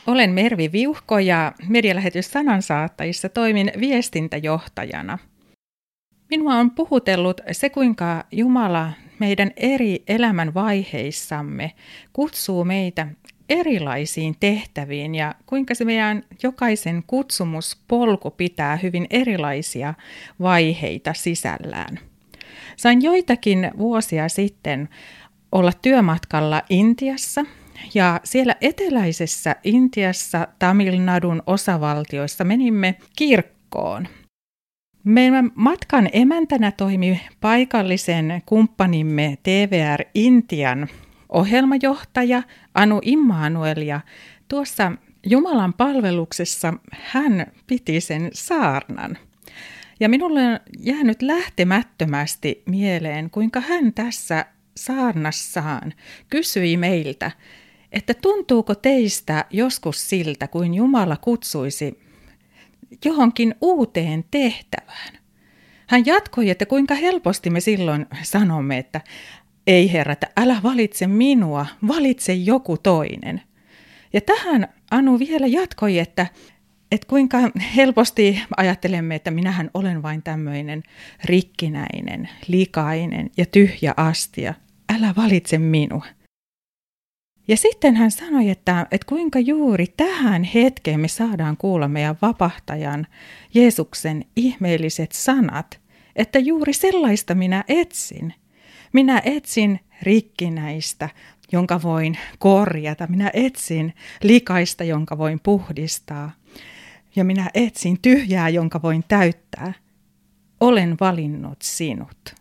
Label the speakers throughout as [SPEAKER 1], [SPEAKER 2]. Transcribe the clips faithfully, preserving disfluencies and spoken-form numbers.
[SPEAKER 1] Olen Mervi Viuhko ja Medialähetys Sanansaattajissa toimin viestintäjohtajana. Minua on puhutellut se, kuinka Jumala meidän eri elämän vaiheissamme kutsuu meitä erilaisiin tehtäviin ja kuinka se meidän jokaisen kutsumuspolku pitää hyvin erilaisia vaiheita sisällään. Sain joitakin vuosia sitten olla työmatkalla Intiassa ja siellä eteläisessä Intiassa Tamil Nadun osavaltioissa menimme kirkkoon. Meidän matkan emäntänä toimi paikallisen kumppanimme T V R Intian ohjelmajohtaja Anu Immanuel ja tuossa Jumalan palveluksessa hän piti sen saarnan. Ja minulle on jäänyt lähtemättömästi mieleen, kuinka hän tässä saarnassaan kysyi meiltä, että tuntuuko teistä joskus siltä, kuin Jumala kutsuisi johonkin uuteen tehtävään. Hän jatkoi, että kuinka helposti me silloin sanomme, että ei Herra, että älä valitse minua, valitse joku toinen. Ja tähän Anu vielä jatkoi, että, että kuinka helposti ajattelemme, että minähän olen vain tämmöinen rikkinäinen, likainen ja tyhjä astia. Älä valitse minua. Ja sitten hän sanoi, että, että kuinka juuri tähän hetkeen me saadaan kuulla meidän vapahtajan Jeesuksen ihmeelliset sanat, että juuri sellaista minä etsin. Minä etsin rikkinäistä, jonka voin korjata. Minä etsin likaista, jonka voin puhdistaa. Ja minä etsin tyhjää, jonka voin täyttää. Olen valinnut sinut.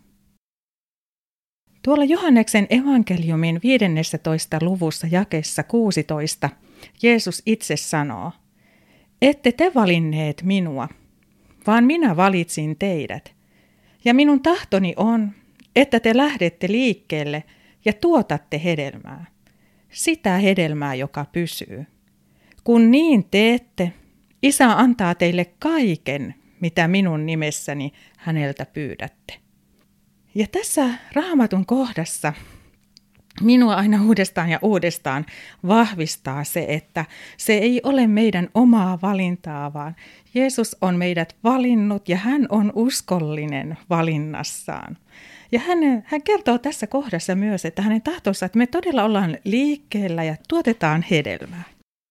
[SPEAKER 1] Tuolla Johanneksen evankeliumin viidennessätoista luvussa jakeessa kuusitoista Jeesus itse sanoo, ette te valinneet minua, vaan minä valitsin teidät. Ja minun tahtoni on, että te lähdette liikkeelle ja tuotatte hedelmää. Sitä hedelmää, joka pysyy. Kun niin teette, Isä antaa teille kaiken, mitä minun nimessäni häneltä pyydätte. Ja tässä Raamatun kohdassa minua aina uudestaan ja uudestaan vahvistaa se, että se ei ole meidän omaa valintaa, vaan Jeesus on meidät valinnut ja hän on uskollinen valinnassaan. Ja hän, hän kertoo tässä kohdassa myös, että hänen tahtonsa, että me todella ollaan liikkeellä ja tuotetaan hedelmää.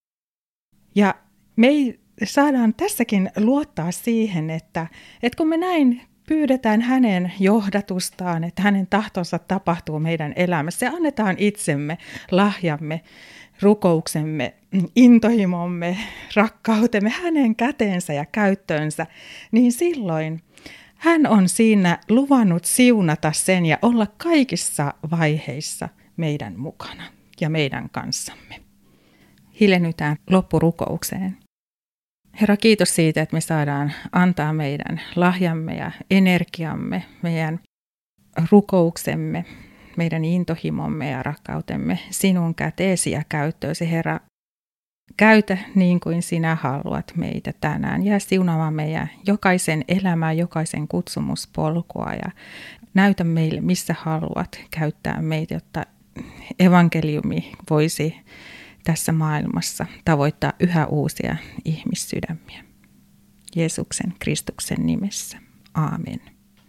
[SPEAKER 1] Ja me saadaan tässäkin luottaa siihen, että, että kun me näin pyydetään hänen johdatustaan, että hänen tahtonsa tapahtuu meidän elämässä ja annetaan itsemme, lahjamme, rukouksemme, intohimomme, rakkautemme hänen käteensä ja käyttöönsä, niin silloin hän on siinä luvannut siunata sen ja olla kaikissa vaiheissa meidän mukana ja meidän kanssamme. Hiljennytään loppurukoukseen. Herra, kiitos siitä, että me saadaan antaa meidän lahjamme ja energiamme, meidän rukouksemme, meidän intohimomme ja rakkautemme sinun käteesi ja käyttöösi. Herra, käytä niin kuin sinä haluat meitä tänään ja siunaamaan meidän jokaisen elämää, jokaisen kutsumuspolkua ja näytä meille, missä haluat käyttää meitä, jotta evankeliumi voisi tässä maailmassa tavoittaa yhä uusia ihmissydämiä. Jeesuksen Kristuksen nimessä. Aamen.